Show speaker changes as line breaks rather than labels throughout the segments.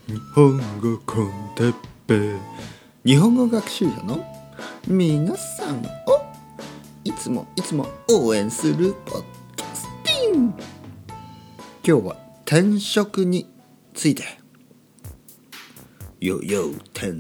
日本語コンテッペ日本語学習者の皆さんをいつも応援するポッドキャスティング。今日は転職について。よよ転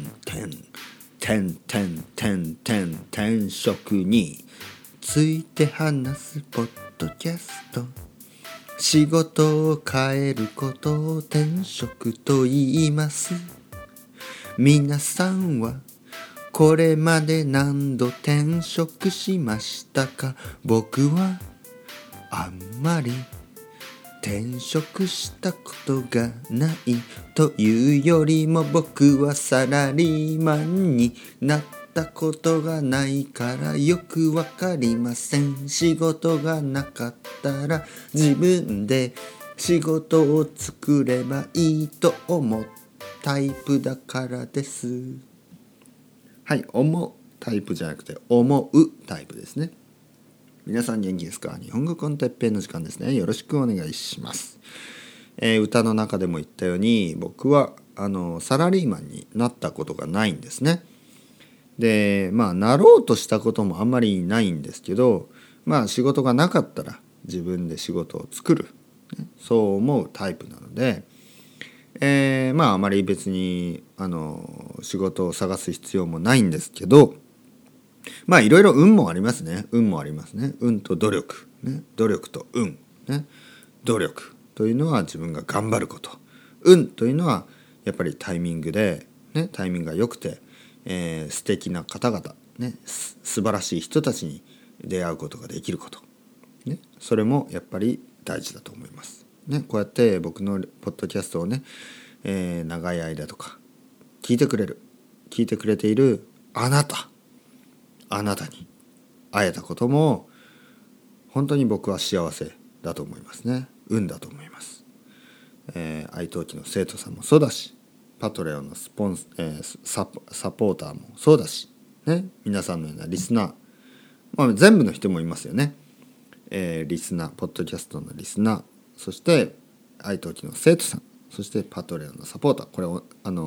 職について話すポッドキャスト。仕事を変えることを転職と言います。皆さんはこれまで何度転職しましたか？僕はあんまり転職したことがないというよりも、僕はサラリーマンになったことがないからよくわかりません。仕事がなかったら自分で仕事を作ればいいと思うタイプだからです。はい、思うタイプじゃなくて思うタイプですね。皆さん元気ですか？日本語コンテッペイの時間ですね。よろしくお願いします。歌の中でも言ったように、僕はサラリーマンになったことがないんですね。で、なろうとしたこともあんまりないんですけど、仕事がなかったら自分で仕事を作る、そう思うタイプなので、あまり別に仕事を探す必要もないんですけど、いろいろ運もありますね。運と努力、努力と運、努力というのは自分が頑張ること。運というのはやっぱりタイミングで、タイミングが良くて、素敵な方々、素晴らしい人たちに出会うことができること、それもやっぱり大事だと思います。こうやって僕のポッドキャストを長い間とか聞いてくれているあなたに会えたことも本当に僕は幸せだと思いますね。運だと思います。愛登記の生徒さんもそうだし、パトレオンのサポーターもそうだし、皆さんのようなリスナー、全部の人もいますよね。リスナー、ポッドキャストのリスナー、そして愛登記の生徒さん、そしてパトレオンのサポーター、この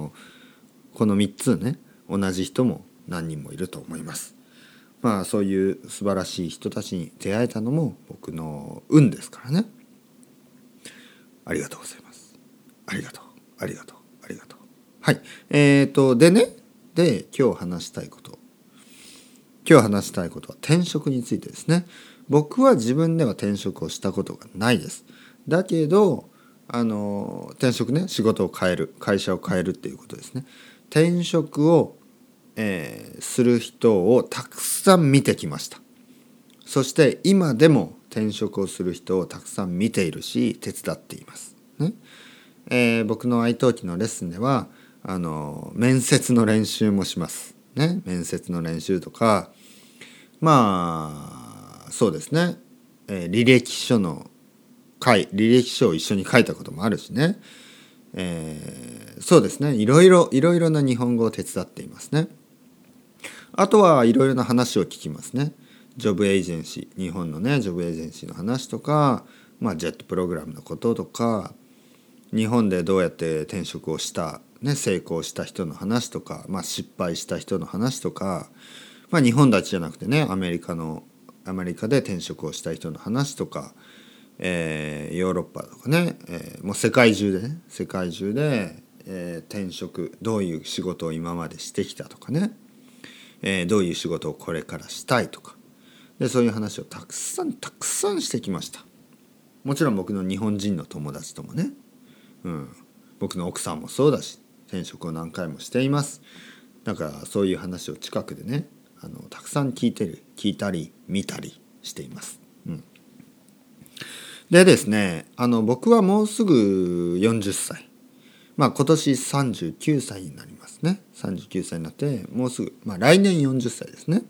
3つ同じ人も何人もいると思います。そういう素晴らしい人たちに出会えたのも僕の運ですからね。ありがとうございます。ありがとう。はい。で今日話したいことは転職についてですね。僕は自分では転職をしたことがないです。だけど転職仕事を変える、会社を変えるっていうことですね。転職をする人をたくさん見てきました。そして今でも転職をする人をたくさん見ているし、手伝っています、僕の愛登記のレッスンでは面接の練習もします、面接の練習とか、そうですね、履歴書を一緒に書いたこともあるしね、そうですね、いろいろな日本語を手伝っていますね。あとはいろいろな話を聞きますね。ジョブエージェンシー、日本のジョブエージェンシーの話とか、ジェットプログラムのこととか、日本でどうやって転職をした、成功した人の話とか、失敗した人の話とか、日本だけじゃなくてアメリカで転職をした人の話とか、ヨーロッパとかもう世界中で、転職、どういう仕事を今までしてきたとかどういう仕事をこれからしたいとかで、そういう話をたくさんしてきました。もちろん僕の日本人の友達とも僕の奥さんもそうだし、転職を何回もしています。だからそういう話を近くでたくさん聞いたり見たりしています、でですね、僕はもうすぐ40歳、今年39歳になりますね。39歳になってもうすぐ、来年40歳ですね。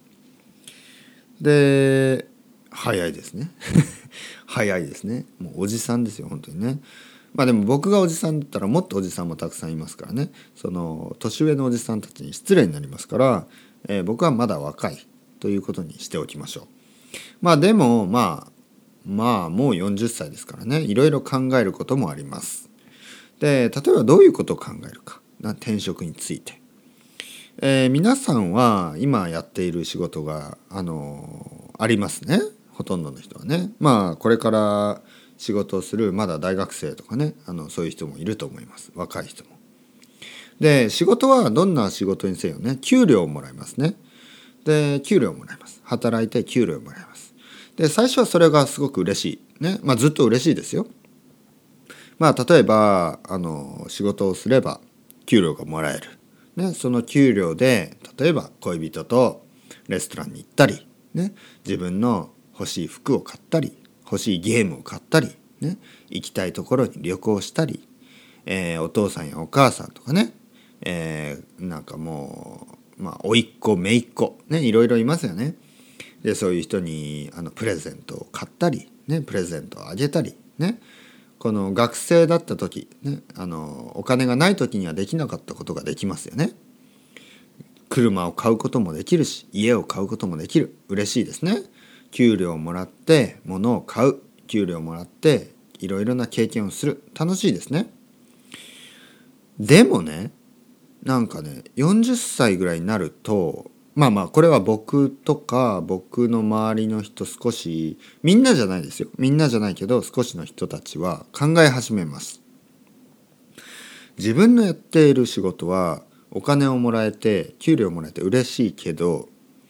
で、早いですね早いですね。もうおじさんですよ、本当にね。でも僕がおじさんだったらもっとおじさんもたくさんいますからね。その年上のおじさんたちに失礼になりますから、僕はまだ若いということにしておきましょう。でももう40歳ですからね、いろいろ考えることもあります。 で例えばどういうことを考えるか転職について、皆さんは今やっている仕事がありますね。ほとんどの人はね。これから仕事をするまだ大学生とかねそういう人もいると思います。若い人も。で仕事はどんな仕事にせよね給料をもらいますね。で給料をもらいます。働いて給料をもらいます。で最初はそれがすごく嬉しいね。ずっと嬉しいですよ。例えば仕事をすれば給料がもらえる、ね、その給料で例えば恋人とレストランに行ったり、ね、自分の欲しい服を買ったり欲しいゲームを買ったり、ね、行きたいところに旅行したり、お父さんやお母さんとかね、なんかもう甥っ子姪っ子ねいろいろいますよね。でそういう人にプレゼントを買ったり、ね、プレゼントをあげたりね。この学生だった時、ね、お金がない時にはできなかったことができますよね。車を買うこともできるし家を買うこともできる。嬉しいですね。給料をもらって物を買う。給料をもらっていろいろな経験をする。楽しいですね。でもねなんかね40歳ぐらいになるとこれは僕とか僕の周りの人少しみんなじゃないですよ。みんなじゃないけど少しの人たちは考え始めます。自分のやっている仕事はお金をもらえて給料をもらえて嬉しいけど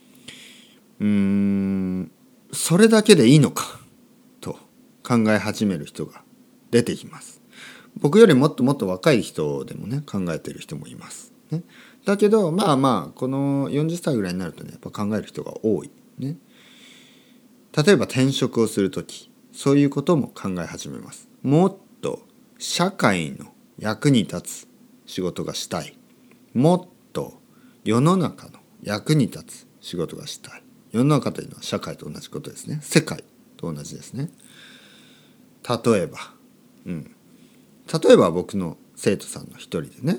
それだけでいいのかと考え始める人が出てきます。僕よりもっともっと若い人でもね考えている人もいます、ね。だけどこの40歳ぐらいになるとねやっぱ考える人が多い、ね。例えば転職をするときそういうことも考え始めます。もっと社会の役に立つ仕事がしたい。もっと世の中の役に立つ仕事がしたい。世の中というのは社会と同じことですね。世界と同じですね。例えば僕の生徒さんの一人でね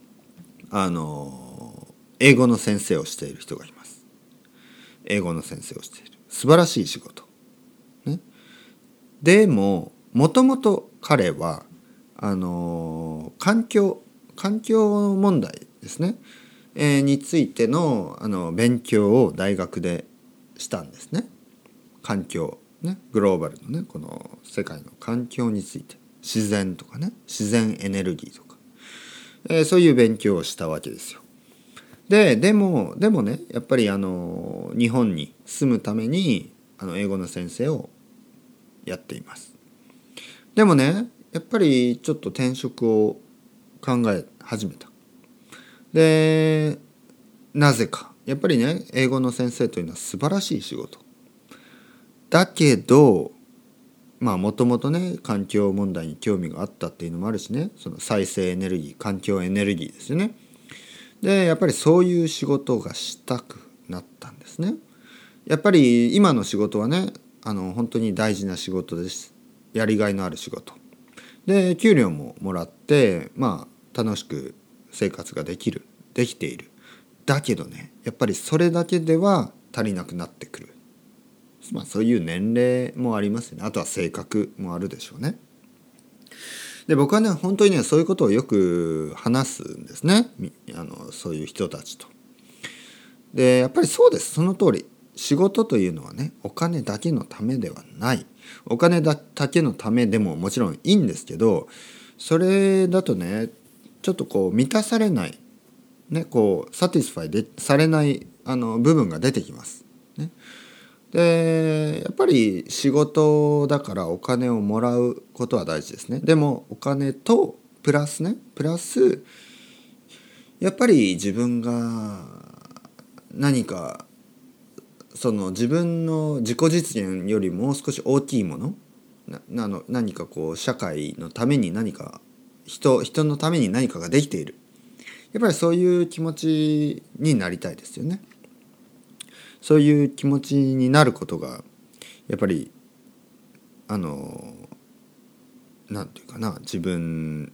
英語の先生をしている人がいます。英語の先生をしている素晴らしい仕事、ね、でももともと彼は環境問題ですね、についての勉強を大学でしたんですね。環境ねグローバルのねこの世界の環境について自然とかね自然エネルギーとか、そういう勉強をしたわけですよ。でもねやっぱり日本に住むために英語の先生をやっています。でもねやっぱりちょっと転職を考え始めた。でなぜかやっぱりね英語の先生というのは素晴らしい仕事だけどもともとね環境問題に興味があったっていうのもあるしねその再生エネルギー環境エネルギーですよね。でやっぱりそういう仕事がしたくなったんですね。やっぱり今の仕事はね本当に大事な仕事です。やりがいのある仕事で給料ももらって楽しく生活ができている。だけどねやっぱりそれだけでは足りなくなってくる。そういう年齢もありますよね。あとは性格もあるでしょうね。で僕はね本当にねそういうことをよく話すんですね。そういう人たちと。でやっぱりそうです。その通り。仕事というのはねお金だけのためではない。お金だけのためでももちろんいいんですけどそれだとねちょっと満たされないねサティスファイでされない部分が出てきます、ね。でやっぱり仕事だからお金をもらうことは大事ですね。でもお金とプラスやっぱり自分が何かその自分の自己実現よりもう少し大きいもの何か社会のために何か人のために何かができている。やっぱりそういう気持ちになりたいですよね。そういう気持ちになることがやっぱりなんていうかな自分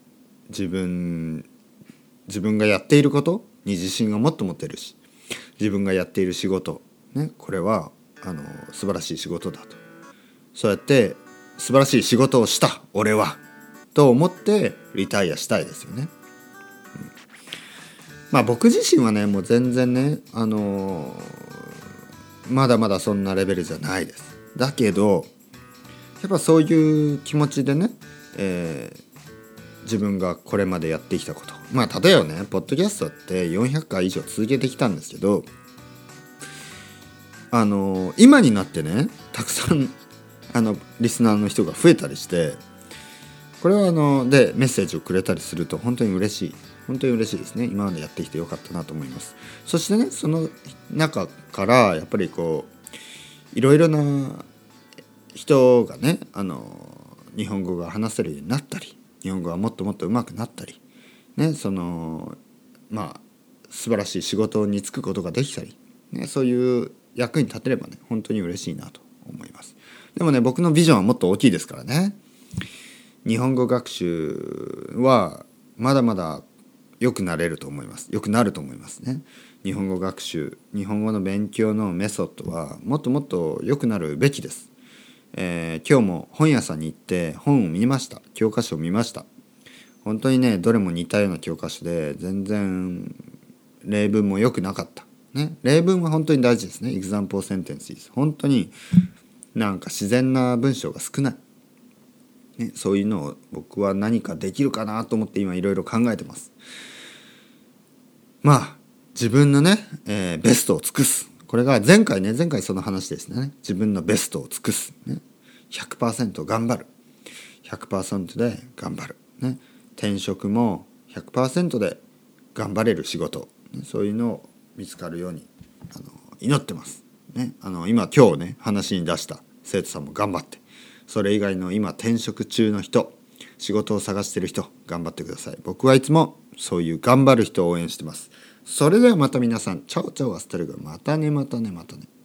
がやっていることに自信がもっと持てるし自分がやっている仕事ねこれは素晴らしい仕事だと。そうやって素晴らしい仕事をした俺はと思ってリタイアしたいですよね。まあ僕自身はねもう全然ねまだまだそんなレベルじゃないです。だけどやっぱそういう気持ちでね、自分がこれまでやってきたこと、まあ例えばねポッドキャストって400回以上続けてきたんですけど、今になってねたくさんリスナーの人が増えたりして、これはでメッセージをくれたりすると本当に嬉しいですね。今までやってきてよかったなと思います。そしてねその中からやっぱりこういろいろな人がね日本語が話せるようになったり、日本語がもっともっと上手くなったりね、まあ素晴らしい仕事に就くことができたり、ね、そういう役に立てればね本当に嬉しいなと思います。でもね僕のビジョンはもっと大きいですからね。日本語学習はまだまだ良くなると思いますね。日本語学習、日本語の勉強のメソッドはもっともっと良くなるべきです。今日も本屋さんに行って本を見ました。教科書を見ました。本当にねどれも似たような教科書で全然例文も良くなかった、ね、例文は本当に大事ですね。 example sentences 本当になんか自然な文章が少ない、ね、そういうのを僕は何かできるかなと思って今いろいろ考えてます。まあ自分のね、ベストを尽くす、これが前回その話ですね。自分のベストを尽くす、ね、100% 頑張る、100% で頑張る、ね、転職も 100% で頑張れる仕事、ね、そういうのを見つかるように祈ってます、ね、今日ね話に出した生徒さんも頑張って、それ以外の今転職中の人、仕事を探してる人頑張ってください。僕はいつもそういう頑張る人を応援してます。それではまた皆さん、チャオチャオアスタルゴ、またね。